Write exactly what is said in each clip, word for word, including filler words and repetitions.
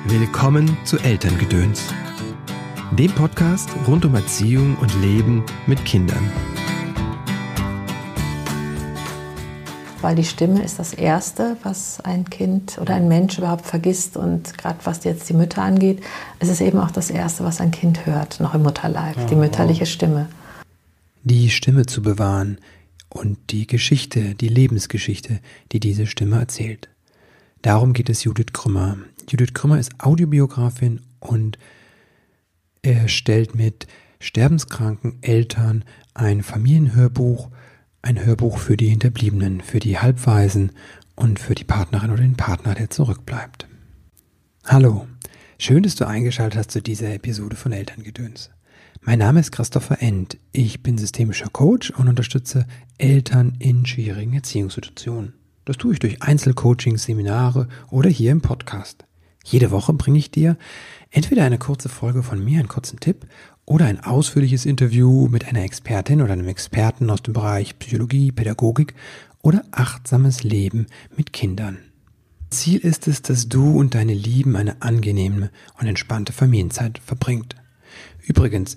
Willkommen zu Elterngedöns, dem Podcast rund um Erziehung und Leben mit Kindern. Weil die Stimme ist das Erste, was ein Kind oder ein Mensch überhaupt vergisst. Und gerade was jetzt die Mütter angeht, ist es eben auch das Erste, was ein Kind hört, noch im Mutterleib, die mütterliche Stimme. Die Stimme zu bewahren und die Geschichte, die Lebensgeschichte, die diese Stimme erzählt. Darum geht es Judith Grümmer. Judith Grümmer ist Audiobiografin und erstellt mit sterbenskranken Eltern ein Familienhörbuch, ein Hörbuch für die Hinterbliebenen, für die Halbwaisen und für die Partnerin oder den Partner, der zurückbleibt. Hallo, schön, dass du eingeschaltet hast zu dieser Episode von Elterngedöns. Mein Name ist Christopher End. Ich bin systemischer Coach und unterstütze Eltern in schwierigen Erziehungssituationen. Das tue ich durch Einzelcoachings, Seminare oder hier im Podcast. Jede Woche bringe ich dir entweder eine kurze Folge von mir, einen kurzen Tipp, oder ein ausführliches Interview mit einer Expertin oder einem Experten aus dem Bereich Psychologie, Pädagogik oder achtsames Leben mit Kindern. Ziel ist es, dass du und deine Lieben eine angenehme und entspannte Familienzeit verbringt. Übrigens,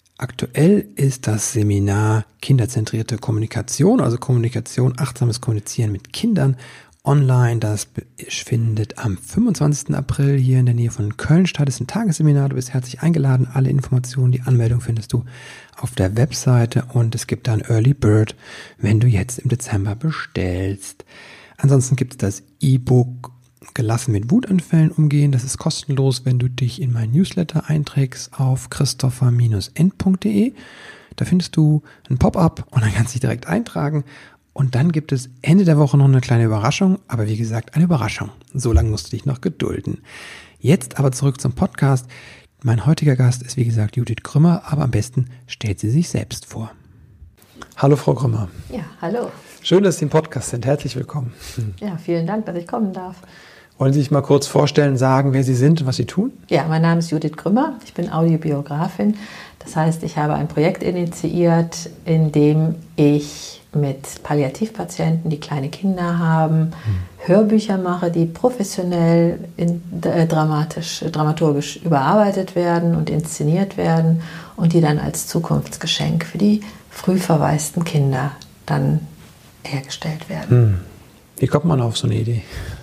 aktuell ist das Seminar Kinderzentrierte Kommunikation, also Kommunikation, achtsames Kommunizieren mit Kindern, online. Das findet am fünfundzwanzigsten April hier in der Nähe von Köln statt. Das ist ein Tagesseminar. Du bist herzlich eingeladen. Alle Informationen, die Anmeldung findest du auf der Webseite und es gibt dann Early Bird, wenn du jetzt im Dezember bestellst. Ansonsten gibt es das E-Book Gelassen mit Wutanfällen umgehen. Das ist kostenlos, wenn du dich in mein Newsletter einträgst auf christopher end punkt de. Da findest du ein Pop-up und dann kannst du dich direkt eintragen. Und dann gibt es Ende der Woche noch eine kleine Überraschung, aber wie gesagt, eine Überraschung. So lange musst du dich noch gedulden. Jetzt aber zurück zum Podcast. Mein heutiger Gast ist wie gesagt Judith Grümmer, aber am besten stellt sie sich selbst vor. Hallo Frau Grümmer. Ja, hallo. Schön, dass Sie im Podcast sind. Herzlich willkommen. Ja, vielen Dank, dass ich kommen darf. Wollen Sie sich mal kurz vorstellen, sagen, wer Sie sind und was Sie tun? Ja, mein Name ist Judith Grümmer. Ich bin Audiobiografin. Das heißt, ich habe ein Projekt initiiert, in dem ich mit Palliativpatienten, die kleine Kinder haben, hm. Hörbücher mache, die professionell, in, äh, dramatisch, dramaturgisch überarbeitet werden und inszeniert werden und die dann als Zukunftsgeschenk für die früh verwaisten Kinder dann hergestellt werden. Hm. Wie kommt man auf so eine Idee?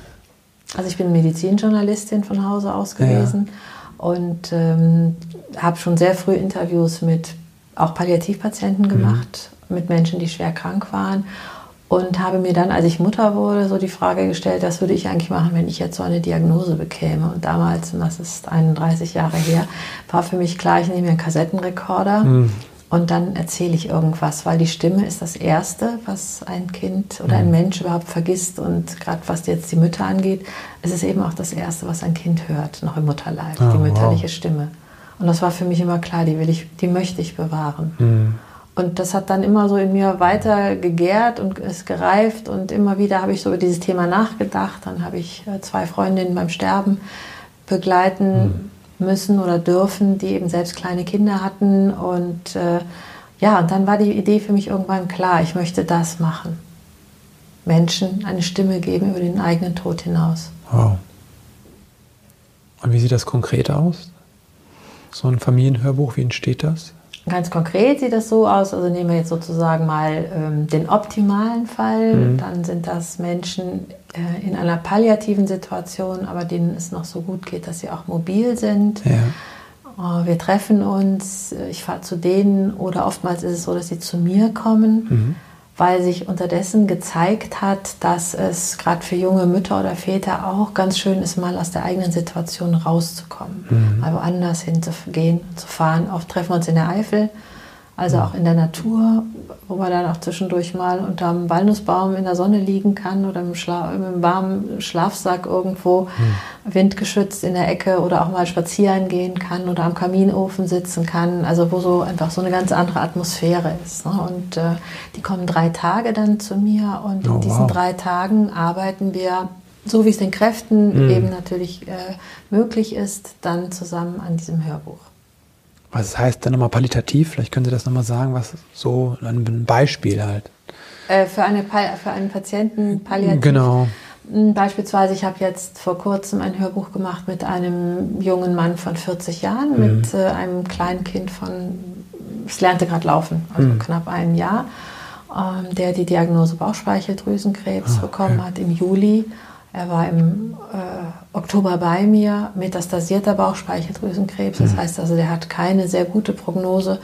Also ich bin Medizinjournalistin von Hause aus gewesen ja. und ähm, habe schon sehr früh Interviews mit auch Palliativpatienten gemacht, mhm. mit Menschen, die schwer krank waren und habe mir dann, als ich Mutter wurde, so die Frage gestellt, was würde ich eigentlich machen, wenn ich jetzt so eine Diagnose bekäme. Und damals, und das ist einunddreißig Jahre her, war für mich klar, ich nehme mir einen Kassettenrekorder mhm. und dann erzähle ich irgendwas, weil die Stimme ist das Erste, was ein Kind oder ein Mensch überhaupt vergisst. Und gerade was jetzt die Mütter angeht, ist es eben auch das Erste, was ein Kind hört, noch im Mutterleib, oh, die mütterliche wow. Stimme. Und das war für mich immer klar, die will ich, die möchte ich bewahren. Mhm. Und das hat dann immer so in mir weiter gegärt und ist gereift. Und immer wieder habe ich so über dieses Thema nachgedacht. Dann habe ich zwei Freundinnen beim Sterben begleiten mhm. müssen oder dürfen, die eben selbst kleine Kinder hatten. Und äh, ja, und dann war die Idee für mich irgendwann klar, ich möchte das machen. Menschen eine Stimme geben über den eigenen Tod hinaus. Wow. Und wie sieht das konkret aus? So ein Familienhörbuch, wie entsteht das? Ganz konkret sieht das so aus, also nehmen wir jetzt sozusagen mal ähm, den optimalen Fall, mhm. dann sind das Menschen äh, in einer palliativen Situation, aber denen es noch so gut geht, dass sie auch mobil sind. Ja. Äh, wir treffen uns, ich fahre zu denen oder oftmals ist es so, dass sie zu mir kommen, mhm. weil sich unterdessen gezeigt hat, dass es gerade für junge Mütter oder Väter auch ganz schön ist, mal aus der eigenen Situation rauszukommen, mhm. mal woanders hinzugehen, zu fahren. Oft treffen wir uns in der Eifel, also mhm. auch in der Natur, wo man dann auch zwischendurch mal unter einem Walnussbaum in der Sonne liegen kann oder im, Schla- im warmen Schlafsack irgendwo, mhm. windgeschützt in der Ecke oder auch mal spazieren gehen kann oder am Kaminofen sitzen kann, also wo so einfach so eine ganz andere Atmosphäre ist. Ne? Und äh, die kommen drei Tage dann zu mir und oh, in diesen wow. drei Tagen arbeiten wir, so wie es den Kräften mhm. eben natürlich äh, möglich ist, dann zusammen an diesem Hörbuch. Was heißt denn nochmal palliativ? Vielleicht können Sie das nochmal sagen, was so ein Beispiel halt. Äh, für, eine, für einen Patienten palliativ genau. Beispielsweise, ich habe jetzt vor kurzem ein Hörbuch gemacht mit einem jungen Mann von vierzig Jahren, mhm. mit äh, einem kleinen Kind von, es lernte gerade laufen, also mhm. knapp einem Jahr, ähm, der die Diagnose Bauchspeicheldrüsenkrebs ah, bekommen okay. hat im Juli. Er war im äh, Oktober bei mir, metastasierter Bauchspeicheldrüsenkrebs, das mhm. heißt also, der hat keine sehr gute Prognose.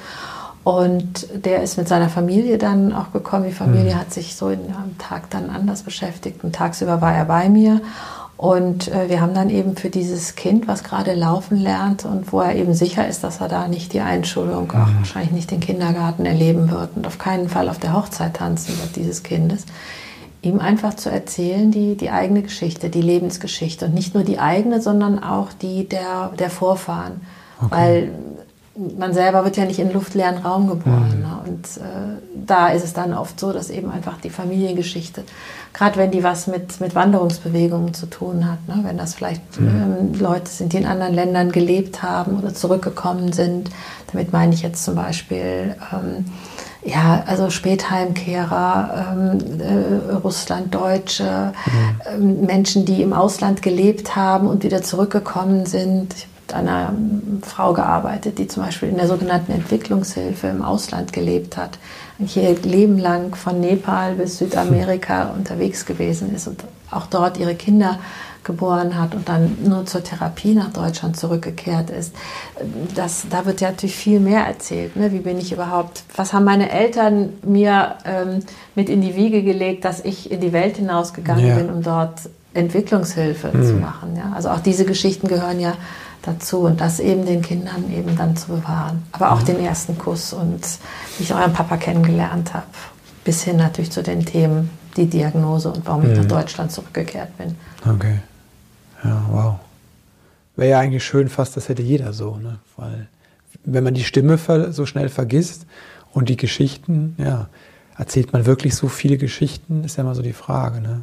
Und der ist mit seiner Familie dann auch gekommen. Die Familie mhm. hat sich so in, am Tag dann anders beschäftigt. Und tagsüber war er bei mir. Und äh, wir haben dann eben für dieses Kind, was gerade laufen lernt und wo er eben sicher ist, dass er da nicht die Einschulung, mhm. auch wahrscheinlich nicht den Kindergarten erleben wird und auf keinen Fall auf der Hochzeit tanzen wird dieses Kindes, ihm einfach zu erzählen, die, die eigene Geschichte, die Lebensgeschichte. Und nicht nur die eigene, sondern auch die der, der Vorfahren. Okay. Weil man selber wird ja nicht in luftleeren Raum geboren. Mhm. Ne? Und äh, da ist es dann oft so, dass eben einfach die Familiengeschichte, gerade wenn die was mit, mit Wanderungsbewegungen zu tun hat, ne? Wenn das vielleicht mhm. ähm, Leute sind, die in anderen Ländern gelebt haben oder zurückgekommen sind. Damit meine ich jetzt zum Beispiel ähm, ja, also Spätheimkehrer, ähm, äh, Russlanddeutsche, mhm. ähm, Menschen, die im Ausland gelebt haben und wieder zurückgekommen sind. Ich einer Frau gearbeitet, die zum Beispiel in der sogenannten Entwicklungshilfe im Ausland gelebt hat, hier Leben lang von Nepal bis Südamerika unterwegs gewesen ist und auch dort ihre Kinder geboren hat und dann nur zur Therapie nach Deutschland zurückgekehrt ist. Das, da wird ja natürlich viel mehr erzählt. Ne? Wie bin ich überhaupt, was haben meine Eltern mir ähm, mit in die Wiege gelegt, dass ich in die Welt hinausgegangen ja. bin, um dort Entwicklungshilfe mhm. zu machen. Ja? Also auch diese Geschichten gehören ja dazu und das eben den Kindern eben dann zu bewahren. Aber auch mhm. den ersten Kuss und wie ich euren Papa kennengelernt habe, bis hin natürlich zu den Themen, die Diagnose und warum mhm. ich nach Deutschland zurückgekehrt bin. Okay. Ja, wow. Wäre ja eigentlich schön fast, das hätte jeder so, ne? Weil wenn man die Stimme so schnell vergisst und die Geschichten, ja, erzählt man wirklich so viele Geschichten, ist ja immer so die Frage, ne?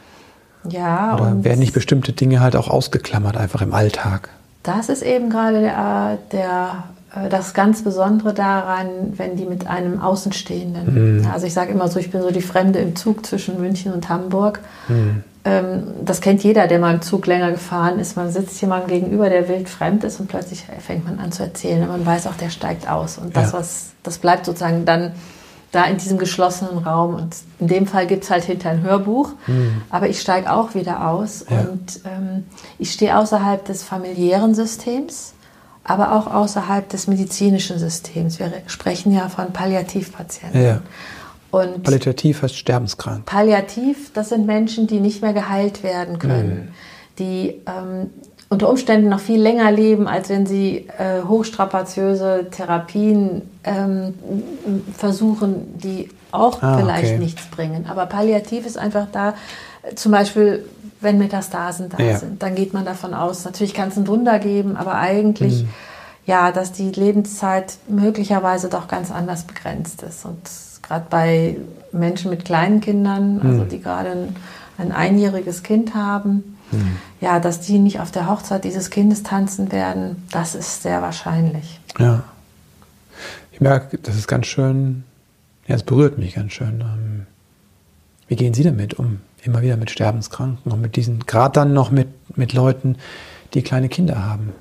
Ja. Oder und werden nicht bestimmte Dinge halt auch ausgeklammert, einfach im Alltag? Das ist eben gerade der, der, das ganz Besondere daran, wenn die mit einem Außenstehenden, mhm. also ich sage immer so, ich bin so die Fremde im Zug zwischen München und Hamburg. Mhm. Ähm, das kennt jeder, der mal im Zug länger gefahren ist. Man sitzt jemandem gegenüber, der wild fremd ist und plötzlich fängt man an zu erzählen. Und man weiß auch, der steigt aus. Und das, ja. was, das bleibt sozusagen dann da in diesem geschlossenen Raum. Und in dem Fall gibt es halt hinter ein Hörbuch. Mhm. Aber ich steige auch wieder aus. Ja. Und ähm, ich stehe außerhalb des familiären Systems, aber auch außerhalb des medizinischen Systems. Wir sprechen ja von Palliativpatienten. Ja. Und Palliativ heißt sterbenskrank. Palliativ, das sind Menschen, die nicht mehr geheilt werden können. Mhm. Die ähm, unter Umständen noch viel länger leben, als wenn sie äh, hochstrapaziöse Therapien ähm, versuchen, die auch ah, vielleicht okay. nichts bringen. Aber Palliativ ist einfach da, äh, zum Beispiel, wenn Metastasen da ja. sind, dann geht man davon aus, natürlich kann es ein Wunder geben, aber eigentlich, mhm. ja, dass die Lebenszeit möglicherweise doch ganz anders begrenzt ist. Und gerade bei Menschen mit kleinen Kindern, also mhm. die gerade ein, ein einjähriges Kind haben, Mhm. ja, dass die nicht auf der Hochzeit dieses Kindes tanzen werden, das ist sehr wahrscheinlich. Ja. Ich merke, das ist ganz schön, ja, es berührt mich ganz schön. Wie gehen Sie damit um? Immer wieder mit Sterbenskranken und mit diesen, gerade dann noch mit, mit Leuten, die kleine Kinder haben.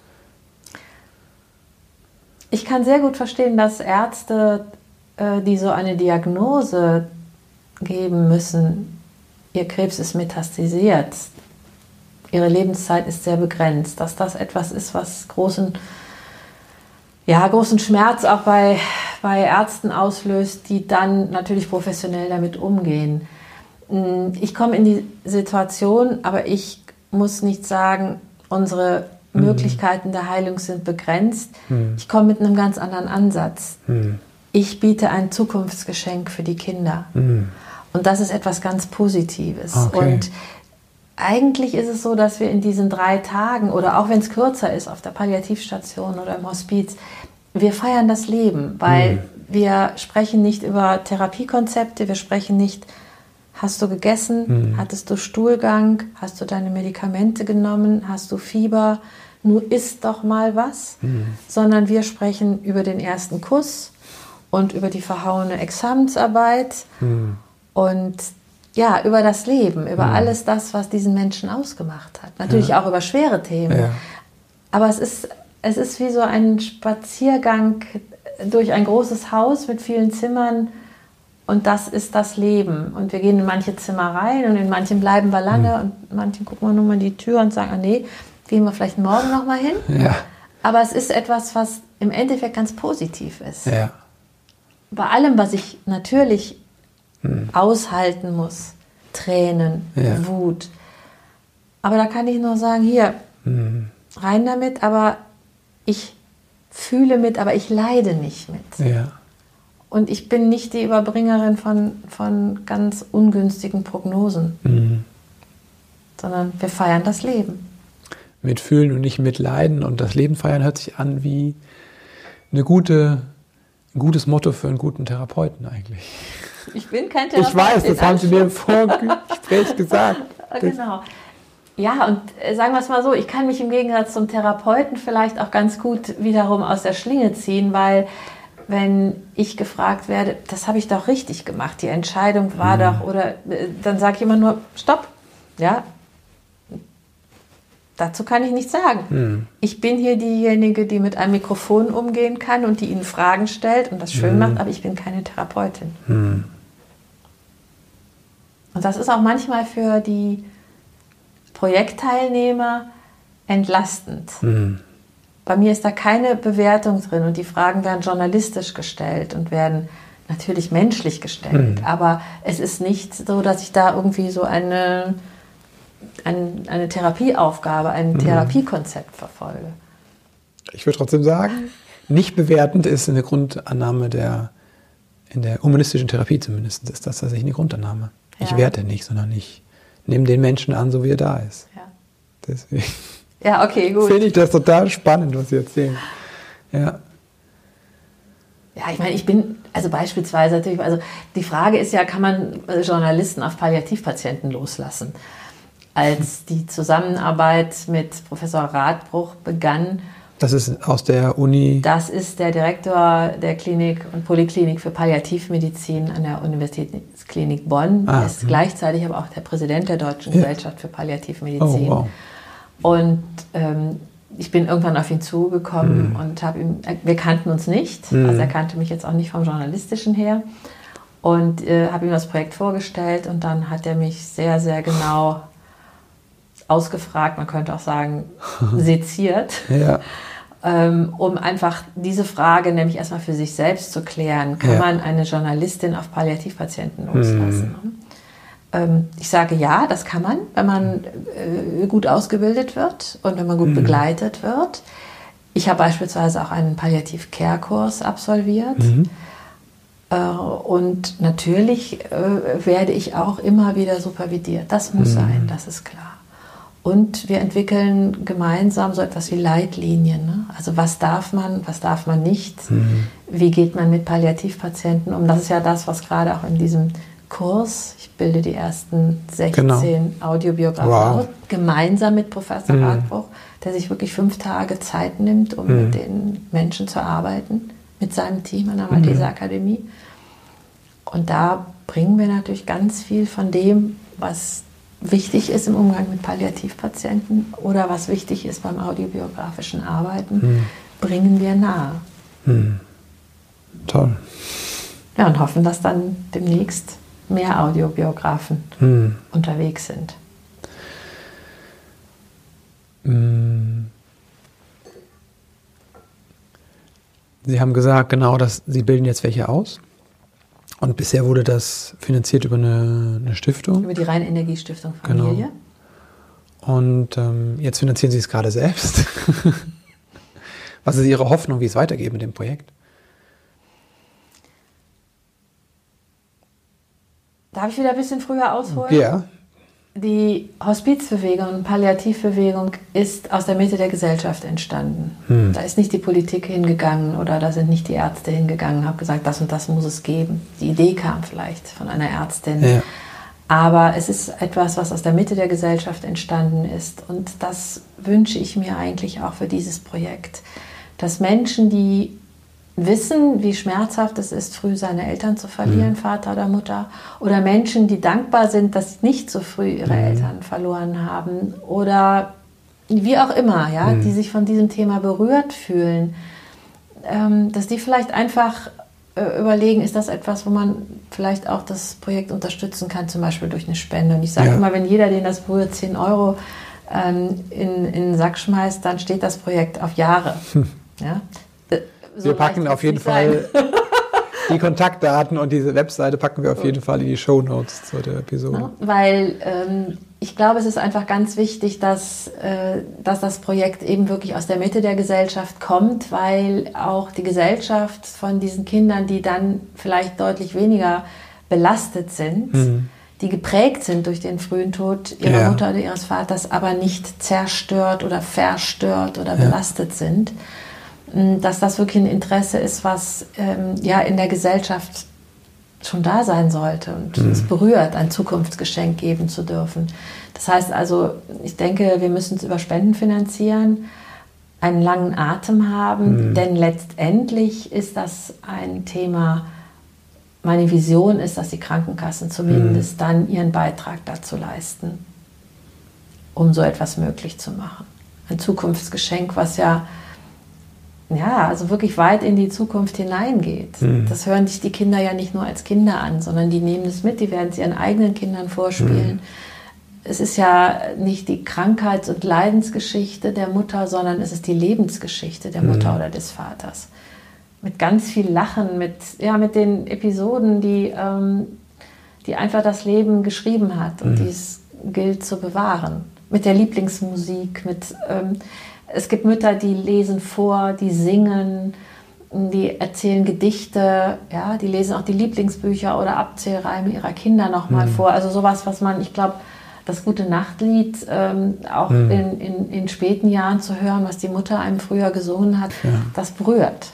Ich kann sehr gut verstehen, dass Ärzte, die so eine Diagnose geben müssen, ihr Krebs ist metastasiert, ihre Lebenszeit ist sehr begrenzt, dass das etwas ist, was großen, ja, großen Schmerz auch bei, bei Ärzten auslöst, die dann natürlich professionell damit umgehen. Ich komme in die Situation, aber ich muss nicht sagen, unsere mhm. Möglichkeiten der Heilung sind begrenzt. Mhm. Ich komme mit einem ganz anderen Ansatz. Mhm. Ich biete ein Zukunftsgeschenk für die Kinder. Mhm. Und das ist etwas ganz Positives. Okay. Und eigentlich ist es so, dass wir in diesen drei Tagen oder auch wenn es kürzer ist auf der Palliativstation oder im Hospiz, wir feiern das Leben, weil mhm. wir sprechen nicht über Therapiekonzepte, wir sprechen nicht, hast du gegessen, mhm. hattest du Stuhlgang, hast du deine Medikamente genommen, hast du Fieber, nur isst doch mal was, mhm. sondern wir sprechen über den ersten Kuss und über die verhauene Examensarbeit. Mhm. Und ja, über das Leben, über Mhm. alles das, was diesen Menschen ausgemacht hat. Natürlich Ja. auch über schwere Themen. Ja. Aber es ist, es ist wie so ein Spaziergang durch ein großes Haus mit vielen Zimmern. Und das ist das Leben. Und wir gehen in manche Zimmer rein und in manchen bleiben wir lange. Mhm. Und in manchen gucken wir nur mal in die Tür und sagen, ah nee, gehen wir vielleicht morgen noch mal hin. Ja. Aber es ist etwas, was im Endeffekt ganz positiv ist. Ja. Bei allem, was ich natürlich hm. aushalten muss, Tränen, ja. Wut. Aber da kann ich nur sagen, hier, hm. rein damit, aber ich fühle mit, aber ich leide nicht mit. Ja. Und ich bin nicht die Überbringerin von, von ganz ungünstigen Prognosen, hm. sondern wir feiern das Leben. Mitfühlen und nicht mitleiden und das Leben feiern hört sich an wie eine gute, ein gutes Motto für einen guten Therapeuten eigentlich. Ich bin kein Therapeut. Ich weiß, das haben Sie mir im Vorgespräch gesagt. Genau. Ja, und äh, sagen wir es mal so, ich kann mich im Gegensatz zum Therapeuten vielleicht auch ganz gut wiederum aus der Schlinge ziehen, weil wenn ich gefragt werde, das habe ich doch richtig gemacht, die Entscheidung war mhm. doch, oder äh, dann sage ich immer nur, stopp, ja, dazu kann ich nichts sagen. Mhm. Ich bin hier diejenige, die mit einem Mikrofon umgehen kann und die Ihnen Fragen stellt und das schön mhm. macht, aber ich bin keine Therapeutin. Mhm. Und das ist auch manchmal für die Projektteilnehmer entlastend. Mhm. Bei mir ist da keine Bewertung drin und die Fragen werden journalistisch gestellt und werden natürlich menschlich gestellt. Mhm. Aber es ist nicht so, dass ich da irgendwie so eine, eine, eine Therapieaufgabe, ein mhm. Therapiekonzept verfolge. Ich würde trotzdem sagen, nicht bewertend ist eine Grundannahme der, in der humanistischen Therapie zumindest, ist das tatsächlich eine Grundannahme. Ja. Ich werte nicht, sondern ich nehme den Menschen an, so wie er da ist. Ja. Deswegen. Ja, okay, gut. Finde ich das total spannend, was Sie erzählen. Ja. Ja, ich meine, ich bin, also beispielsweise natürlich, also die Frage ist ja, kann man Journalisten auf Palliativpatienten loslassen? Als die Zusammenarbeit mit Professor Radbruch begann. Das ist aus der Uni? Das ist der Direktor der Klinik und Poliklinik für Palliativmedizin an der Universitätsklinik Bonn. Ah, er ist mh. gleichzeitig aber auch der Präsident der Deutschen ja. Gesellschaft für Palliativmedizin. Oh, wow. Und ähm, ich bin irgendwann auf ihn zugekommen mm. und habe ihm, wir kannten uns nicht, mm. also er kannte mich jetzt auch nicht vom Journalistischen her und äh, habe ihm das Projekt vorgestellt und dann hat er mich sehr, sehr genau ausgefragt, man könnte auch sagen seziert, ja. ähm, um einfach diese Frage nämlich erstmal für sich selbst zu klären, kann ja. man eine Journalistin auf Palliativpatienten loslassen? Mm. Ich sage ja, das kann man, wenn man äh, gut ausgebildet wird und wenn man gut mhm. begleitet wird. Ich habe beispielsweise auch einen Palliativ-Care-Kurs absolviert. Mhm. Äh, und natürlich äh, werde ich auch immer wieder supervidiert. Das muss mhm. sein, das ist klar. Und wir entwickeln gemeinsam so etwas wie Leitlinien. Ne? Also was darf man, was darf man nicht? Mhm. Wie geht man mit Palliativpatienten um? Das ist ja das, was gerade auch in diesem Kurs, ich bilde die ersten sechzehn genau. Audiobiografen wow. aus, gemeinsam mit Professor mhm. Radbruch, der sich wirklich fünf Tage Zeit nimmt, um mhm. mit den Menschen zu arbeiten, mit seinem Team an der Malteser mhm. Akademie. Und da bringen wir natürlich ganz viel von dem, was wichtig ist im Umgang mit Palliativpatienten oder was wichtig ist beim audiobiografischen Arbeiten, mhm. bringen wir nahe. Mhm. Toll. Ja, und hoffen, dass dann demnächst mehr Audiobiografen hm. unterwegs sind. Sie haben gesagt, genau, dass Sie bilden jetzt welche aus. Und bisher wurde das finanziert über eine, eine Stiftung. Über die Rheinenergiestiftung Familie. Genau. Und ähm, jetzt finanzieren Sie es gerade selbst. Was ist Ihre Hoffnung, wie es weitergeht mit dem Projekt? Darf ich wieder ein bisschen früher ausholen? Ja. Die Hospizbewegung und Palliativbewegung ist aus der Mitte der Gesellschaft entstanden. Hm. Da ist nicht die Politik hingegangen oder da sind nicht die Ärzte hingegangen und haben gesagt, das und das muss es geben. Die Idee kam vielleicht von einer Ärztin. Ja. Aber es ist etwas, was aus der Mitte der Gesellschaft entstanden ist. Und das wünsche ich mir eigentlich auch für dieses Projekt. Dass Menschen, die wissen, wie schmerzhaft es ist, früh seine Eltern zu verlieren, mhm. Vater oder Mutter. Oder Menschen, die dankbar sind, dass sie nicht so früh ihre mhm. Eltern verloren haben. Oder wie auch immer, ja, mhm. die sich von diesem Thema berührt fühlen. Ähm, dass die vielleicht einfach äh, überlegen, ist das etwas, wo man vielleicht auch das Projekt unterstützen kann, zum Beispiel durch eine Spende. Und ich sage ja. immer, wenn jeder, den das berührt, zehn Euro ähm, in, in den Sack schmeißt, dann steht das Projekt auf Jahre. Hm. Ja? So wir packen auf jeden Fall die Kontaktdaten und diese Webseite packen wir auf jeden Fall in die Shownotes zu der Episode. Ja, weil ähm, ich glaube, es ist einfach ganz wichtig, dass, äh, dass das Projekt eben wirklich aus der Mitte der Gesellschaft kommt, weil auch die Gesellschaft von diesen Kindern, die dann vielleicht deutlich weniger belastet sind, mhm. die geprägt sind durch den frühen Tod ihrer ja. Mutter oder ihres Vaters, aber nicht zerstört oder verstört oder ja. belastet sind, dass das wirklich ein Interesse ist, was ähm, ja in der Gesellschaft schon da sein sollte und mhm. es berührt, ein Zukunftsgeschenk geben zu dürfen. Das heißt also, ich denke, wir müssen es über Spenden finanzieren, einen langen Atem haben, mhm. denn letztendlich ist das ein Thema, meine Vision ist, dass die Krankenkassen zumindest mhm. dann ihren Beitrag dazu leisten, um so etwas möglich zu machen. Ein Zukunftsgeschenk, was ja ja, also wirklich weit in die Zukunft hineingeht. Mhm. Das hören sich die Kinder ja nicht nur als Kinder an, sondern die nehmen es mit, die werden es ihren eigenen Kindern vorspielen. Mhm. Es ist ja nicht die Krankheits- und Leidensgeschichte der Mutter, sondern es ist die Lebensgeschichte der Mutter mhm. oder des Vaters. Mit ganz viel Lachen, mit, ja, mit den Episoden, die, ähm, die einfach das Leben geschrieben hat und mhm. die es gilt zu bewahren. Mit der Lieblingsmusik, mit... Ähm, Es gibt Mütter, die lesen vor, die singen, die erzählen Gedichte, ja, die lesen auch die Lieblingsbücher oder Abzählreime ihrer Kinder nochmal mhm. vor. Also sowas, was man, ich glaube, das Gute-Nacht-Lied ähm, auch mhm. in, in, in späten Jahren zu hören, was die Mutter einem früher gesungen hat, ja. das berührt.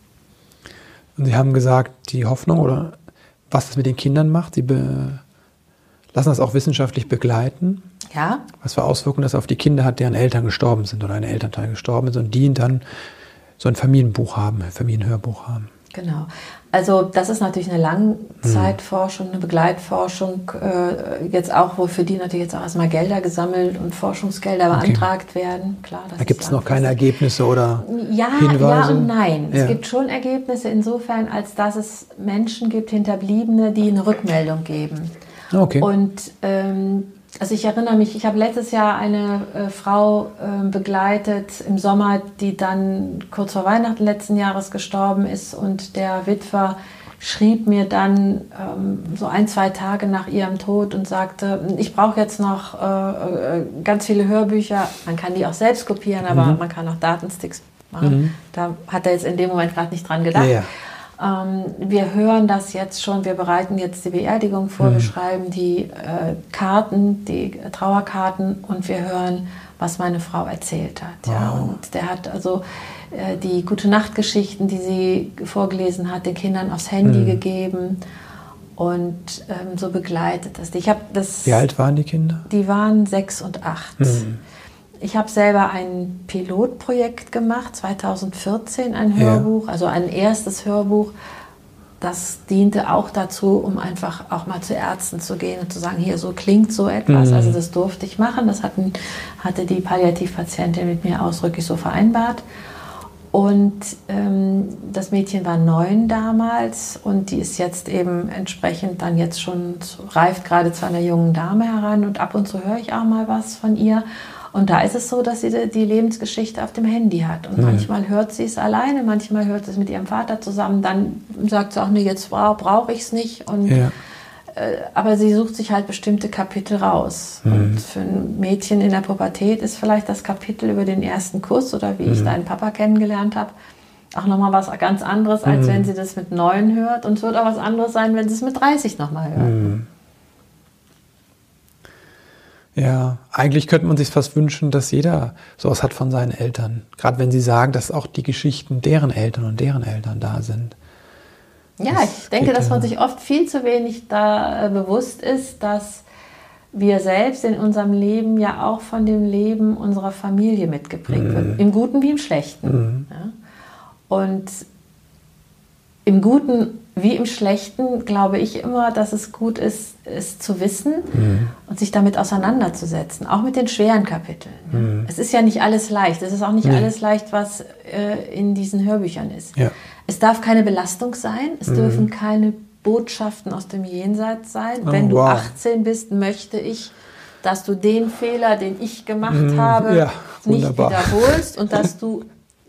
Und Sie haben gesagt, die Hoffnung oder was das mit den Kindern macht, Sie be- lassen das auch wissenschaftlich begleiten. Ja. Was für Auswirkungen das auf die Kinder hat, deren Eltern gestorben sind oder ein Elternteil gestorben ist und die dann so ein Familienbuch haben, ein Familienhörbuch haben. Genau. Also das ist natürlich eine Langzeitforschung, eine Begleitforschung, äh, jetzt auch, wofür die natürlich jetzt auch erstmal Gelder gesammelt und Forschungsgelder beantragt okay. werden. Klar, das da gibt es noch keine Ergebnisse oder ja, Hinweise? Ja und nein. Ja. Es gibt schon Ergebnisse insofern, als dass es Menschen gibt, Hinterbliebene, die eine Rückmeldung geben. Okay. Und ähm, also ich erinnere mich, ich habe letztes Jahr eine äh, Frau äh, begleitet im Sommer, die dann kurz vor Weihnachten letzten Jahres gestorben ist und der Witwer schrieb mir dann ähm, so ein, zwei Tage nach ihrem Tod und sagte, ich brauche jetzt noch äh, äh, ganz viele Hörbücher, man kann die auch selbst kopieren, aber mhm. man kann auch Datensticks machen. Mhm. Da hat er jetzt in dem Moment gerade nicht dran gedacht. Ja, ja. Wir hören das jetzt schon, wir bereiten jetzt die Beerdigung vor, mhm. wir schreiben die äh, Karten, die Trauerkarten und wir hören, was meine Frau erzählt hat. Wow. Ja. Und der hat also äh, die Gute-Nacht-Geschichten, die sie vorgelesen hat, den Kindern aufs Handy mhm. gegeben und ähm, so begleitet das. Ich hab das. Wie alt waren die Kinder? Die waren sechs und acht. Mhm. Ich habe selber ein Pilotprojekt gemacht, zweitausendvierzehn ein Hörbuch, ja. also ein erstes Hörbuch. Das diente auch dazu, um einfach auch mal zu Ärzten zu gehen und zu sagen, hier, so klingt so etwas. Mhm. Also das durfte ich machen. Das hatten, hatte die Palliativpatientin mit mir ausdrücklich so vereinbart. Und ähm, das Mädchen war neun damals und die ist jetzt eben entsprechend dann jetzt schon, reift gerade zu einer jungen Dame heran und ab und zu höre ich auch mal was von ihr. Und da ist es so, dass sie die Lebensgeschichte auf dem Handy hat. Und mhm. manchmal hört sie es alleine, manchmal hört sie es mit ihrem Vater zusammen. Dann sagt sie auch, nee, jetzt brauche ich es nicht. Und, ja. äh, aber sie sucht sich halt bestimmte Kapitel raus. Mhm. Und für ein Mädchen in der Pubertät ist vielleicht das Kapitel über den ersten Kuss oder wie mhm. ich deinen Papa kennengelernt habe, auch nochmal was ganz anderes, als mhm. wenn sie das mit neun hört. Und es wird auch was anderes sein, wenn sie es mit dreißig nochmal hört. Mhm. Ja, eigentlich könnte man sich fast wünschen, dass jeder sowas hat von seinen Eltern. Gerade wenn sie sagen, dass auch die Geschichten deren Eltern und deren Eltern da sind. Ja, das ich denke, dass man sich oft viel zu wenig da äh, bewusst ist, dass wir selbst in unserem Leben ja auch von dem Leben unserer Familie mitgeprägt mhm. wird. Im Guten wie im Schlechten. Mhm. Ja? Und im Guten wie im Schlechten glaube ich immer, dass es gut ist, es zu wissen mhm. und sich damit auseinanderzusetzen, auch mit den schweren Kapiteln. Mhm. Es ist ja nicht alles leicht, es ist auch nicht nee. alles leicht, was äh, in diesen Hörbüchern ist. Ja. Es darf keine Belastung sein, es mhm. dürfen keine Botschaften aus dem Jenseits sein. Oh, Wenn du wow. achtzehn bist, möchte ich, dass du den Fehler, den ich gemacht mhm. habe, ja, nicht wiederholst und dass du...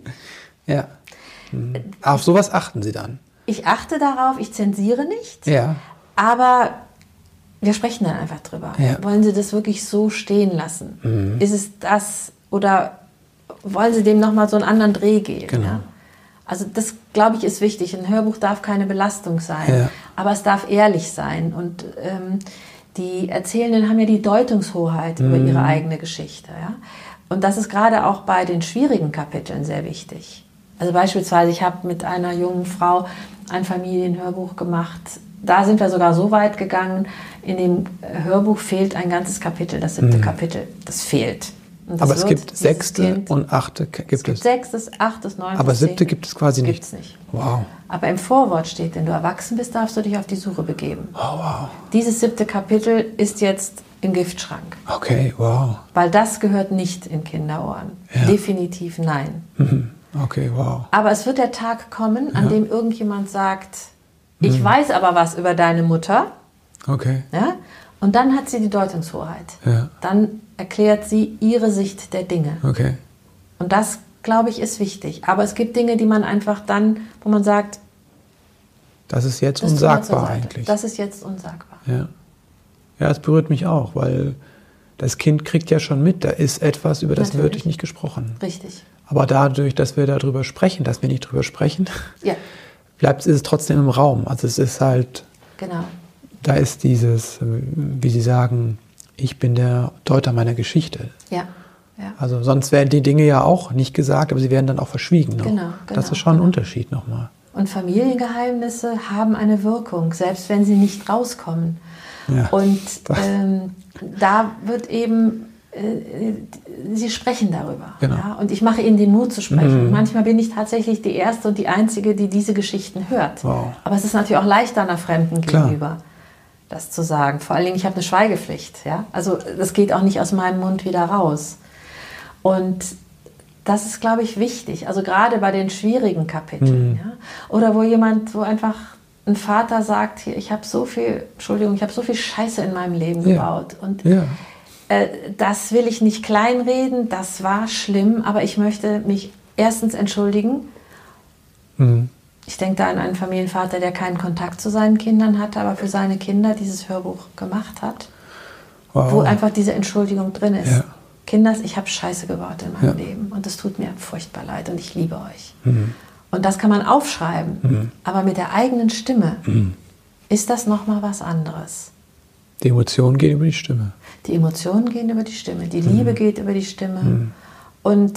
ja. Mhm. Auf sowas achten Sie dann? Ich achte darauf, ich zensiere nicht, ja. aber wir sprechen dann einfach drüber. Ja. Wollen Sie das wirklich so stehen lassen? Mhm. Ist es das oder wollen Sie dem nochmal so einen anderen Dreh geben? Genau. Ja? Also das, glaube ich, ist wichtig. Ein Hörbuch darf keine Belastung sein, ja. aber es darf ehrlich sein. Und ähm, die Erzählenden haben ja die Deutungshoheit mhm. über ihre eigene Geschichte. Ja? Und das ist gerade auch bei den schwierigen Kapiteln sehr wichtig. Also beispielsweise, ich habe mit einer jungen Frau ein Familienhörbuch gemacht. Da sind wir sogar so weit gegangen, in dem Hörbuch fehlt ein ganzes Kapitel, das siebte mhm. Kapitel. Das fehlt. Und das aber es gibt sechste kind, und achte gibt es. Es gibt sechstes, achtes, neuntes, aber siebte gibt es quasi nicht. Gibt's nicht. Wow. Aber im Vorwort steht, wenn du erwachsen bist, darfst du dich auf die Suche begeben. Oh, wow. Dieses siebte Kapitel ist jetzt im Giftschrank. Okay, wow. Weil das gehört nicht in Kinderohren. Ja. Definitiv nein. Mhm. Okay, wow. Aber es wird der Tag kommen, an ja. dem irgendjemand sagt, ich hm. weiß aber was über deine Mutter. Okay. Ja? Und dann hat sie die Deutungshoheit. Ja. Dann erklärt sie ihre Sicht der Dinge. Okay. Und das, glaube ich, ist wichtig. Aber es gibt Dinge, die man einfach dann, wo man sagt, das ist jetzt das unsagbar eigentlich. Das ist jetzt unsagbar. Ja. Ja, es berührt mich auch, weil das Kind kriegt ja schon mit, da ist etwas, über das Natürlich. wirklich nicht gesprochen. Richtig. Aber dadurch, dass wir darüber sprechen, dass wir nicht drüber sprechen, ja. bleibt ist es trotzdem im Raum. Also es ist halt, genau. da ist dieses, wie Sie sagen, ich bin der Deuter meiner Geschichte. Ja. ja. Also sonst werden die Dinge ja auch nicht gesagt, aber sie werden dann auch verschwiegen. Noch. Genau, genau. Das ist schon genau. ein Unterschied nochmal. Und Familiengeheimnisse haben eine Wirkung, selbst wenn sie nicht rauskommen. Ja. Und ähm, da wird eben Sie sprechen darüber. Genau. Ja? Und ich mache ihnen den Mut zu sprechen. Mhm. Manchmal bin ich tatsächlich die Erste und die Einzige, die diese Geschichten hört. Wow. Aber es ist natürlich auch leichter einer Fremden Klar. gegenüber, das zu sagen. Vor allen Dingen, ich habe eine Schweigepflicht. Ja? Also das geht auch nicht aus meinem Mund wieder raus. Und das ist, glaube ich, wichtig. Also gerade bei den schwierigen Kapiteln. Mhm. Ja? Oder wo jemand, wo einfach ein Vater sagt, hier, ich habe so viel, Entschuldigung, ich habe so viel Scheiße in meinem Leben ja. gebaut. Und ja. das will ich nicht kleinreden, das war schlimm, aber ich möchte mich erstens entschuldigen. Mhm. Ich denke da an einen Familienvater, der keinen Kontakt zu seinen Kindern hatte, aber für seine Kinder dieses Hörbuch gemacht hat, wow. wo einfach diese Entschuldigung drin ist. Ja. Kinders, ich habe Scheiße gebaut in meinem ja. Leben und es tut mir furchtbar leid und ich liebe euch. Mhm. Und das kann man aufschreiben, mhm. aber mit der eigenen Stimme mhm. ist das nochmal was anderes. Die Emotionen gehen über die Stimme. Die Emotionen gehen über die Stimme, die mhm. Liebe geht über die Stimme. Mhm. Und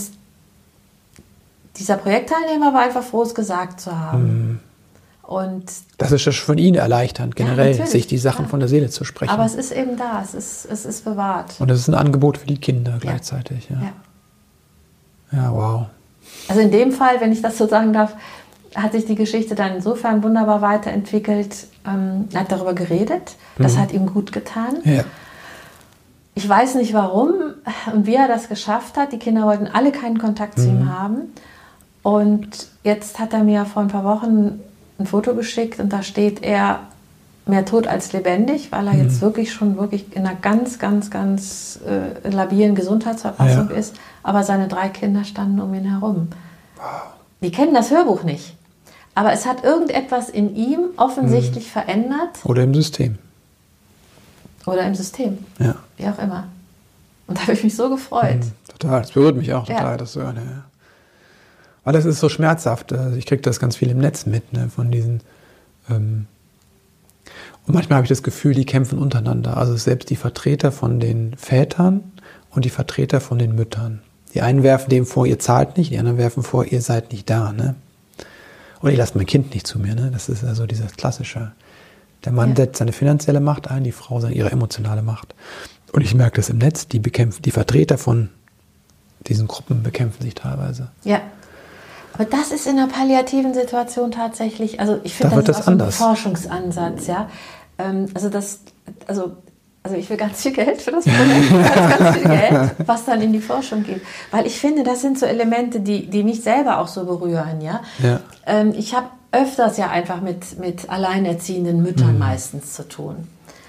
dieser Projektteilnehmer war einfach froh, es gesagt zu haben. Mhm. Und das ist ja von Ihnen erleichternd, generell, ja, sich die Sachen ja. von der Seele zu sprechen. Aber es ist eben da, es ist, es ist bewahrt. Und es ist ein Angebot für die Kinder gleichzeitig. Ja. Ja. ja, wow. Also in dem Fall, wenn ich das so sagen darf, hat sich die Geschichte dann insofern wunderbar weiterentwickelt. Ähm, er hat darüber geredet, das mhm. hat ihm gut getan. Ja. Ich weiß nicht warum und wie er das geschafft hat. Die Kinder wollten alle keinen Kontakt zu mhm. ihm haben. Und jetzt hat er mir vor ein paar Wochen ein Foto geschickt und da steht er mehr tot als lebendig, weil er mhm. jetzt wirklich schon wirklich in einer ganz, ganz, ganz äh, labilen Gesundheitsverfassung ja. ist. Aber seine drei Kinder standen um ihn herum. Wow. Die kennen das Hörbuch nicht. Aber es hat irgendetwas in ihm offensichtlich mhm. verändert. Oder im System. Oder im System. Ja. Wie auch immer. Und da habe ich mich so gefreut. Mhm. Total. Das berührt mich auch total, ja. das zu hören. Ja. Weil das ist so schmerzhaft. Also ich kriege das ganz viel im Netz mit, ne, von diesen... Ähm und manchmal habe ich das Gefühl, die kämpfen untereinander. Also selbst die Vertreter von den Vätern und die Vertreter von den Müttern. Die einen werfen dem vor, ihr zahlt nicht, die anderen werfen vor, ihr seid nicht da. Ne? Oder ihr lasst mein Kind nicht zu mir. Ne? Das ist also dieses klassische. Der Mann ja. setzt seine finanzielle Macht ein, die Frau seine, ihre emotionale Macht. Und ich merke das im Netz, die bekämpfen, die Vertreter von diesen Gruppen bekämpfen sich teilweise. Ja. Aber das ist in der palliativen Situation tatsächlich, also ich finde, Da das wird ist das auch so ein anders. Forschungsansatz, ja. Ähm, also das, also, also ich will ganz viel Geld für das Projekt, ganz, ganz viel Geld, was dann in die Forschung geht. Weil ich finde, das sind so Elemente, die, die mich selber auch so berühren, ja. Ja. Ähm, ich habe öfters ja einfach mit, mit alleinerziehenden Müttern Mhm. meistens zu tun.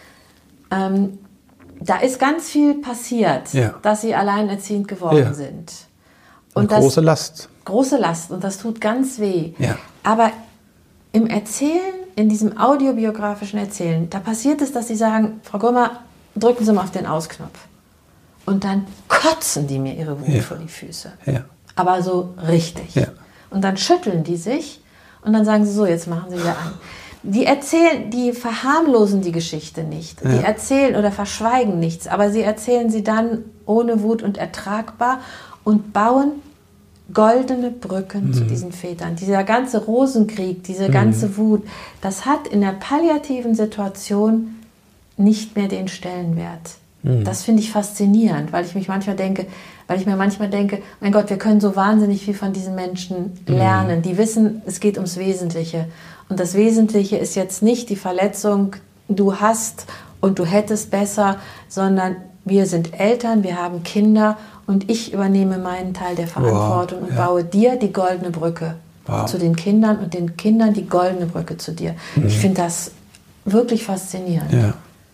Ähm, da ist ganz viel passiert, Ja. dass sie alleinerziehend geworden Ja. sind. Eine das, große Last. Große Last und das tut ganz weh. Ja. Aber im Erzählen, in diesem audiobiografischen Erzählen, da passiert es, dass sie sagen, Frau Grümmer, drücken Sie mal auf den Ausknopf. Und dann kotzen die mir ihre Wut Ja. vor die Füße. Ja. Aber so richtig. Ja. Und dann schütteln die sich und dann sagen sie so, jetzt machen sie wieder an. Die erzählen, die verharmlosen die Geschichte nicht. Ja. Die erzählen oder verschweigen nichts, aber sie erzählen sie dann ohne Wut und ertragbar und bauen goldene Brücken Mhm. zu diesen Vätern. Dieser ganze Rosenkrieg, diese ganze Wut, das hat in der palliativen Situation nicht mehr den Stellenwert. Mhm. Das finde ich faszinierend, weil ich mich manchmal denke, weil ich mir manchmal denke, mein Gott, wir können so wahnsinnig viel von diesen Menschen lernen. Die wissen, es geht ums Wesentliche. Und das Wesentliche ist jetzt nicht die Verletzung, du hast und du hättest besser, sondern wir sind Eltern, wir haben Kinder und ich übernehme meinen Teil der Verantwortung Wow, und ja. baue dir die goldene Brücke Wow. zu den Kindern und den Kindern die goldene Brücke zu dir. Ich finde das wirklich faszinierend. Ja.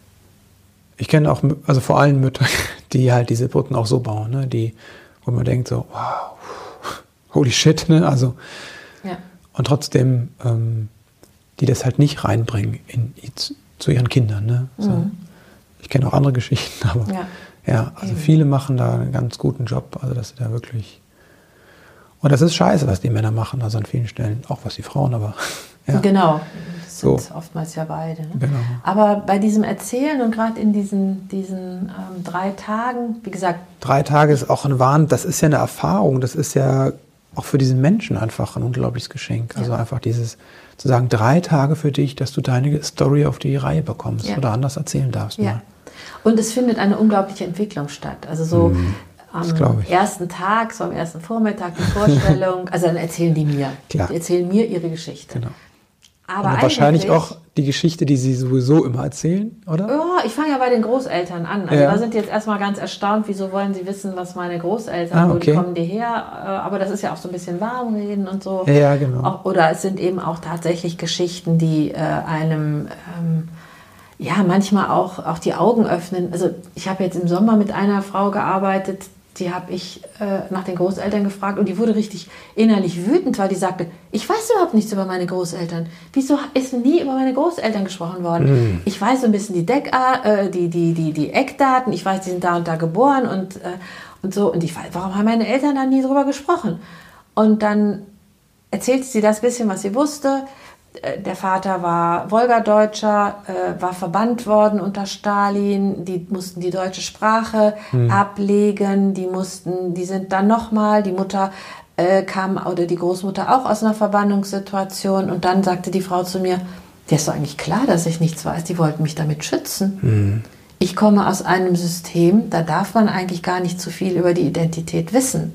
Ich kenne auch, Mü- also vor allem Mütter, die halt diese Brücken auch so bauen, ne? Die, wo man denkt so, wow, holy shit, ne? Also, Ja. und trotzdem, ähm, die das halt nicht reinbringen in, zu, zu ihren Kindern, ne? So. Mhm. Ich kenne auch andere Geschichten, aber Ja. ja, also Eben. viele machen da einen ganz guten Job, also dass sie da wirklich, und das ist scheiße, was die Männer machen, also an vielen Stellen, auch was die Frauen, aber ja. Genau, das sind So. oftmals ja beide. Ne? Genau. Aber bei diesem Erzählen und gerade in diesen, diesen ähm, drei Tagen, wie gesagt, Drei Tage ist auch ein Wahn, das ist ja eine Erfahrung, das ist ja auch für diesen Menschen einfach ein unglaubliches Geschenk. Also Ja. einfach dieses, zu sagen, drei Tage für dich, dass du deine Story auf die Reihe bekommst Ja. oder anders erzählen darfst. ja. Mal. Und es findet eine unglaubliche Entwicklung statt. Also so das glaub am ich. ersten Tag, so am ersten Vormittag die Vorstellung, also dann erzählen die mir. Klar. Die erzählen mir ihre Geschichte. Genau. Aber Und wahrscheinlich eigentlich- auch die Geschichte, die sie sowieso immer erzählen, oder? Ja, ich fange ja bei den Großeltern an. Also Ja. da sind die jetzt erstmal ganz erstaunt, wieso wollen sie wissen, was meine Großeltern, Ah, wo okay. die kommen die her. Äh, Aber das ist ja auch so ein bisschen Warmreden und so. Ja, genau. Auch, oder es sind eben auch tatsächlich Geschichten, die äh, einem ähm, ja manchmal auch, auch die Augen öffnen. Also ich habe jetzt im Sommer mit einer Frau gearbeitet, die habe ich äh, nach den Großeltern gefragt und die wurde richtig innerlich wütend, weil die sagte, ich weiß überhaupt nichts über meine Großeltern. Wieso ist nie über meine Großeltern gesprochen worden? Ich weiß so ein bisschen die, Deck äh, die, die, die, die Eckdaten, ich weiß, die sind da und da geboren und, äh, und so. Und ich weiß, warum haben meine Eltern da nie drüber gesprochen? Und dann erzählte sie das bisschen, was sie wusste. Der Vater war Wolgadeutscher, äh, war verbannt worden unter Stalin. Die mussten die deutsche Sprache ablegen. Die mussten, die sind dann nochmal. Die Mutter äh, kam oder die Großmutter auch aus einer Verbannungssituation. Und dann sagte die Frau zu mir: "Dir ist doch eigentlich klar, dass ich nichts weiß. Die wollten mich damit schützen. Ich komme aus einem System, da darf man eigentlich gar nicht zu viel über die Identität wissen.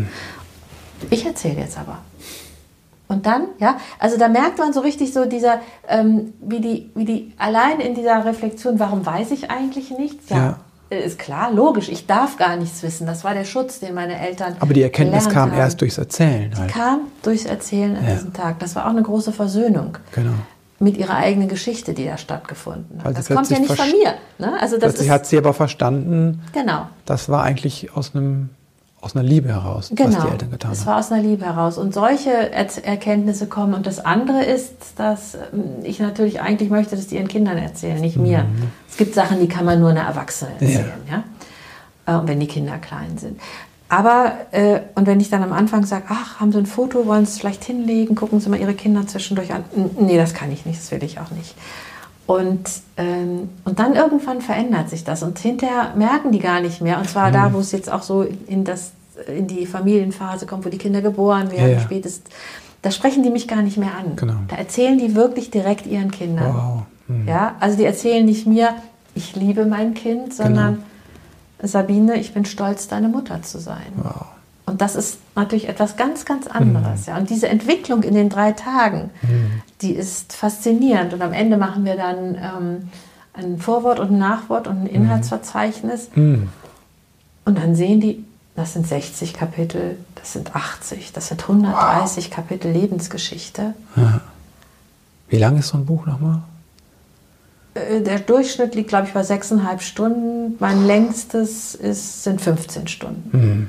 Ich erzähle jetzt aber." Und dann, ja, also da merkt man so richtig so dieser, ähm, wie die, wie die allein in dieser Reflexion, warum weiß ich eigentlich nichts? Ja, ist klar, logisch, ich darf gar nichts wissen. Das war der Schutz, den meine Eltern Aber die Erkenntnis gelernt kam haben. erst durchs Erzählen Die halt. kam durchs Erzählen an Ja. diesem Tag. Das war auch eine große Versöhnung Genau. mit ihrer eigenen Geschichte, die da stattgefunden Weil hat. sie Das kommt ja nicht plötzlich von mir. Ne? Also das Plötzlich ist, hat sie aber verstanden, genau. das war eigentlich aus einem aus einer Liebe heraus, was Genau, die Eltern getan es haben. war aus einer Liebe heraus. Und solche er Erkenntnisse kommen. Und das andere ist, dass ähm, ich natürlich eigentlich möchte, dass die ihren Kindern erzählen, nicht mir. Es gibt Sachen, die kann man nur einer Erwachsenen erzählen, ja. Ja? Äh, wenn die Kinder klein sind. Aber, äh, und wenn ich dann am Anfang sage, ach, haben Sie ein Foto, wollen Sie es vielleicht hinlegen, gucken Sie mal Ihre Kinder zwischendurch an. N- Nee, das kann ich nicht, das will ich auch nicht. Und, ähm, und dann irgendwann verändert sich das und hinterher merken die gar nicht mehr. Und zwar da, wo es jetzt auch so in, das, in die Familienphase kommt, wo die Kinder geboren werden, Ja, ja. spätestens, da sprechen die mich gar nicht mehr an. Genau. Da erzählen die wirklich direkt ihren Kindern. Wow. Hm. Ja, also die erzählen nicht mir, ich liebe mein Kind, sondern Genau. Sabine, ich bin stolz, deine Mutter zu sein. Wow. Und Und das ist natürlich etwas ganz, ganz anderes. Mhm. Ja. Und diese Entwicklung in den drei Tagen, mhm. die ist faszinierend. Und am Ende machen wir dann ähm, ein Vorwort und ein Nachwort und ein Inhaltsverzeichnis. Mhm. Und dann sehen die, das sind sechzig Kapitel, das sind achtzig, das sind hundertdreißig wow. Kapitel Lebensgeschichte. Ja. Wie lang ist so ein Buch nochmal? Der Durchschnitt liegt, glaube ich, bei sechseinhalb Stunden. Mein längstes ist, sind fünfzehn Stunden. Mhm.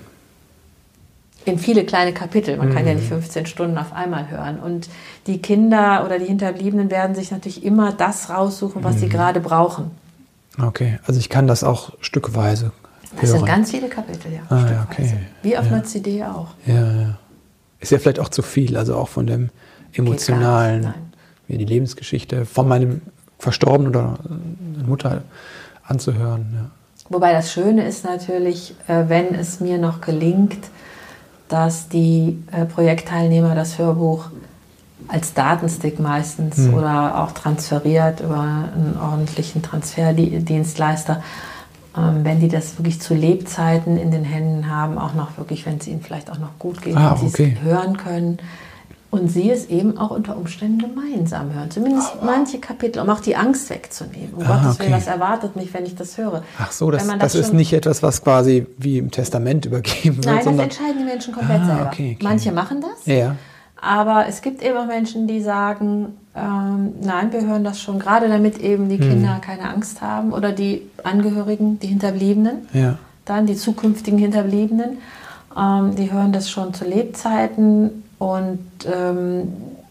In viele kleine Kapitel. Man mhm. kann ja nicht fünfzehn Stunden auf einmal hören. Und die Kinder oder die Hinterbliebenen werden sich natürlich immer das raussuchen, was mhm. sie gerade brauchen. Okay, also ich kann das auch stückweise Das hören. Sind ganz viele Kapitel, ja. Ah, ja okay. Wie auf ja. einer C D auch. Ja, ja. Ist ja vielleicht auch zu viel, also auch von dem emotionalen, wie die Lebensgeschichte von meinem Verstorbenen oder Mutter anzuhören. Ja. Wobei das Schöne ist natürlich, wenn es mir noch gelingt, dass die Projektteilnehmer das Hörbuch als Datenstick meistens hm. oder auch transferiert über einen ordentlichen Transferdienstleister, wenn die das wirklich zu Lebzeiten in den Händen haben, auch noch wirklich, wenn es ihnen vielleicht auch noch gut geht, ah, und sie okay. es hören können und sie es eben auch unter Umständen gemeinsam hören. Zumindest oh, wow. manche Kapitel, um auch die Angst wegzunehmen. Um ah, Gottes okay. Willen, was erwartet mich, wenn ich das höre? Ach so, das, das, das ist nicht etwas, was quasi wie im Testament übergeben wird. Nein, sondern das entscheiden die Menschen komplett ah, selber. Okay, okay. Manche machen das, ja. aber es gibt eben auch Menschen, die sagen, ähm, nein, wir hören das schon, gerade damit eben die Kinder hm. keine Angst haben oder die Angehörigen, die Hinterbliebenen, ja. dann die zukünftigen Hinterbliebenen, ähm, die hören das schon zu Lebzeiten und ähm,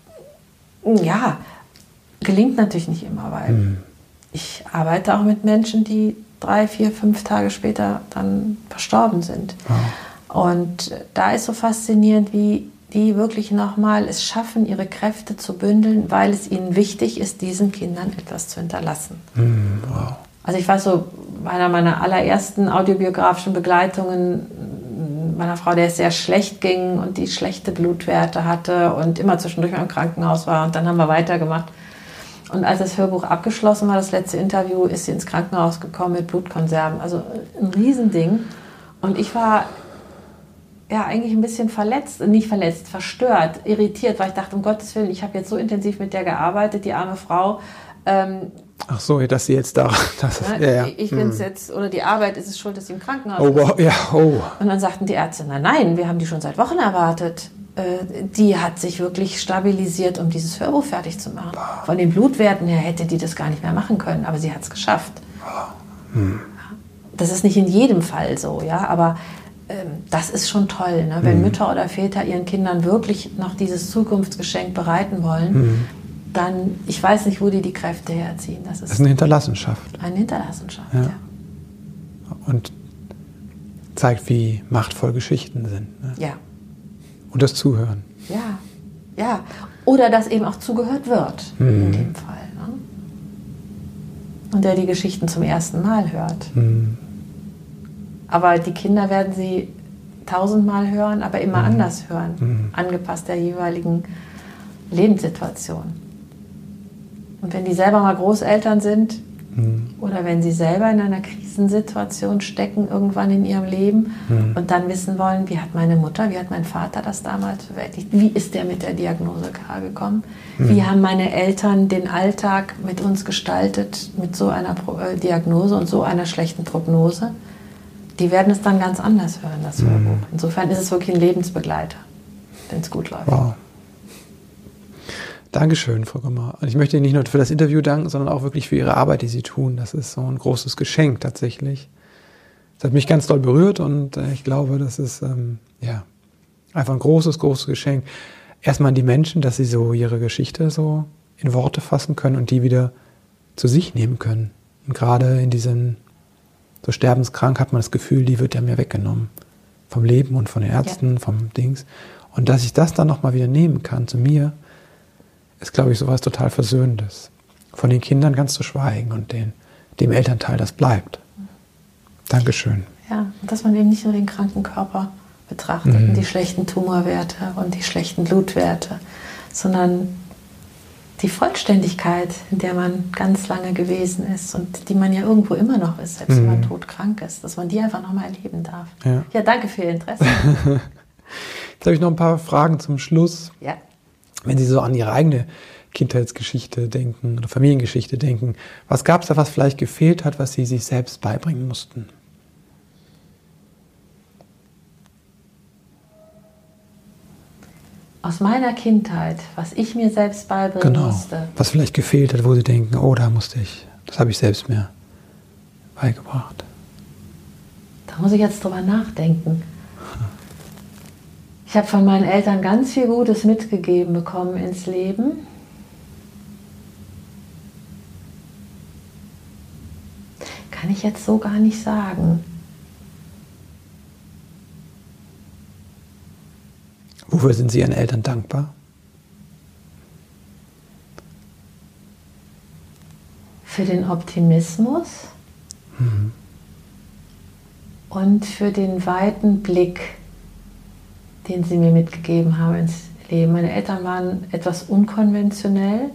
ja, gelingt natürlich nicht immer, weil hm. ich arbeite auch mit Menschen, die drei, vier, fünf Tage später dann verstorben sind. Wow. Und da ist so faszinierend, wie die wirklich nochmal es schaffen, ihre Kräfte zu bündeln, weil es ihnen wichtig ist, diesen Kindern etwas zu hinterlassen. Mm, wow. Also ich weiß so, bei einer meiner allerersten audiobiografischen Begleitungen meiner Frau, der es sehr schlecht ging und die schlechte Blutwerte hatte und immer zwischendurch mal im Krankenhaus war, und dann haben wir weitergemacht. Und als das Hörbuch abgeschlossen war, das letzte Interview, ist sie ins Krankenhaus gekommen mit Blutkonserven. Also ein Riesending. Und ich war ja eigentlich ein bisschen verletzt, nicht verletzt, verstört, irritiert, weil ich dachte, um Gottes Willen, ich habe jetzt so intensiv mit der gearbeitet, die arme Frau. Ähm, Ach so, dass sie jetzt da... Das ist, ne, ja, ja. Ich bin es hm. jetzt, oder die Arbeit ist es schuld, dass sie im Krankenhaus oh, ist. Ja, oh. Und dann sagten die Ärzte, nein, nein, wir haben die schon seit Wochen erwartet. Äh, die hat sich wirklich stabilisiert, um dieses Hörbuch fertig zu machen. Wow. Von den Blutwerten her hätte die das gar nicht mehr machen können, aber sie hat es geschafft. Wow. Hm. Das ist nicht in jedem Fall so, ja, aber das ist schon toll, ne? Wenn mhm. Mütter oder Väter ihren Kindern wirklich noch dieses Zukunftsgeschenk bereiten wollen, mhm. dann, ich weiß nicht, wo die die Kräfte herziehen. Das ist, das ist eine Hinterlassenschaft. Eine Hinterlassenschaft, ja. ja. Und zeigt, wie machtvoll Geschichten sind. Ne? Ja. Und das Zuhören. Ja, ja. Oder dass eben auch zugehört wird, mhm. in dem Fall. Ne? Und der die Geschichten zum ersten Mal hört. Mhm. Aber die Kinder werden sie tausendmal hören, aber immer mhm. anders hören, mhm. angepasst der jeweiligen Lebenssituation. Und wenn die selber mal Großeltern sind mhm. oder wenn sie selber in einer Krisensituation stecken, irgendwann in ihrem Leben mhm. und dann wissen wollen, wie hat meine Mutter, wie hat mein Vater das damals bewältigt, wie ist der mit der Diagnose klargekommen, mhm. wie haben meine Eltern den Alltag mit uns gestaltet, mit so einer Pro- äh, Diagnose und so einer schlechten Prognose, die werden es dann ganz anders hören, das Hörbuch. Mhm. Insofern ist es wirklich ein Lebensbegleiter, wenn es gut läuft. Wow. Dankeschön, Frau Grimmer. Und ich möchte Ihnen nicht nur für das Interview danken, sondern auch wirklich für Ihre Arbeit, die Sie tun. Das ist so ein großes Geschenk tatsächlich. Das hat mich ganz doll berührt und ich glaube, das ist ähm, ja, einfach ein großes, großes Geschenk. Erstmal an die Menschen, dass sie so ihre Geschichte so in Worte fassen können und die wieder zu sich nehmen können. Und gerade in diesen so sterbenskrank hat man das Gefühl, die wird ja mir weggenommen. Vom Leben und von den Ärzten, ja. vom Dings. Und dass ich das dann nochmal wieder nehmen kann zu mir, ist, glaube ich, sowas total Versöhnendes. Von den Kindern ganz zu schweigen und den, dem Elternteil, das bleibt. Dankeschön. Ja, und dass man eben nicht nur den kranken Körper betrachtet mhm. und die schlechten Tumorwerte und die schlechten Blutwerte, sondern die Vollständigkeit, in der man ganz lange gewesen ist und die man ja irgendwo immer noch ist, selbst mhm. wenn man todkrank ist, dass man die einfach nochmal erleben darf. Ja, ja danke für Ihr Interesse. Jetzt habe ich noch ein paar Fragen zum Schluss. Ja. Wenn Sie so an Ihre eigene Kindheitsgeschichte denken oder Familiengeschichte denken, was gab es da, was vielleicht gefehlt hat, was Sie sich selbst beibringen mussten? Aus meiner Kindheit, was ich mir selbst beibringen genau. musste. Was vielleicht gefehlt hat, wo Sie denken, oh, da musste ich, das habe ich selbst mir beigebracht. Da muss ich jetzt drüber nachdenken. Ich habe von meinen Eltern ganz viel Gutes mitgegeben bekommen ins Leben. Kann ich jetzt so gar nicht sagen. Wofür sind Sie Ihren Eltern dankbar? Für den Optimismus mhm. und für den weiten Blick, den sie mir mitgegeben haben ins Leben. Meine Eltern waren etwas unkonventionell.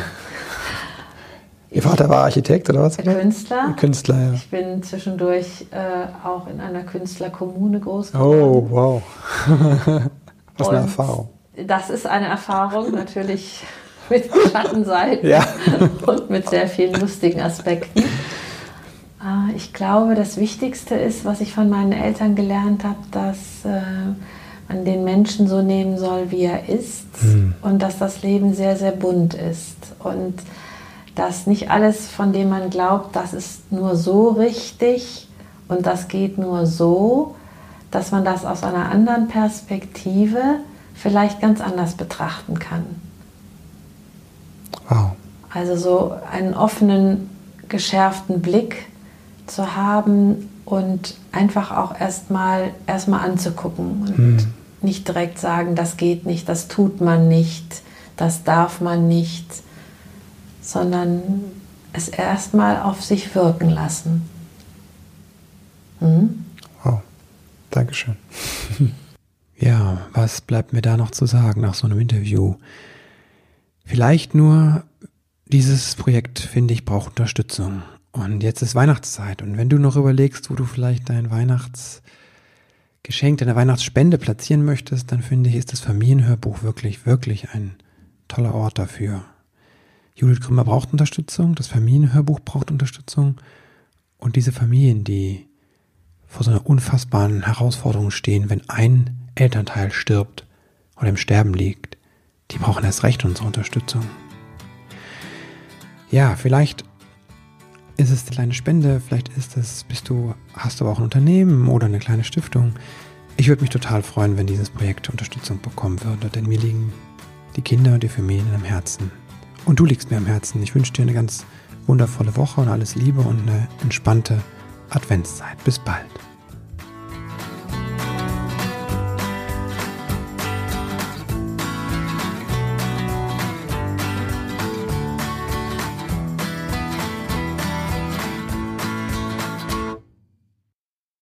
Ihr Vater war Architekt oder was? Künstler. Künstler, ja. Ich bin zwischendurch äh, auch in einer Künstlerkommune groß geworden. Oh, wow. Was eine Und Erfahrung. Das ist eine Erfahrung, natürlich mit Schattenseiten ja. und mit sehr vielen lustigen Aspekten. Äh, ich glaube, das Wichtigste ist, was ich von meinen Eltern gelernt habe, dass äh, man den Menschen so nehmen soll, wie er ist hm. und dass das Leben sehr, sehr bunt ist und dass nicht alles, von dem man glaubt, das ist nur so richtig und das geht nur so, dass man das aus einer anderen Perspektive vielleicht ganz anders betrachten kann. Wow. Also so einen offenen, geschärften Blick zu haben und einfach auch erstmal erstmal anzugucken und hm. nicht direkt sagen, das geht nicht, das tut man nicht, das darf man nicht, sondern es erstmal auf sich wirken lassen. Hm? Wow, Dankeschön. Ja, was bleibt mir da noch zu sagen nach so einem Interview? Vielleicht nur, dieses Projekt, finde ich, braucht Unterstützung. Und jetzt ist Weihnachtszeit. Und wenn du noch überlegst, wo du vielleicht dein Weihnachtsgeschenk, deine Weihnachtsspende platzieren möchtest, dann finde ich, ist das Familienhörbuch wirklich, wirklich ein toller Ort dafür. Judith Grümmer braucht Unterstützung, das Familienhörbuch braucht Unterstützung. Und diese Familien, die vor so einer unfassbaren Herausforderung stehen, wenn ein Elternteil stirbt oder im Sterben liegt, die brauchen erst recht unsere Unterstützung. Ja, vielleicht ist es eine kleine Spende, vielleicht ist es, bist du, hast du auch ein Unternehmen oder eine kleine Stiftung. Ich würde mich total freuen, wenn dieses Projekt Unterstützung bekommen würde, denn mir liegen die Kinder und die Familien am Herzen. Und du liegst mir am Herzen. Ich wünsche dir eine ganz wundervolle Woche und alles Liebe und eine entspannte Adventszeit. Bis bald.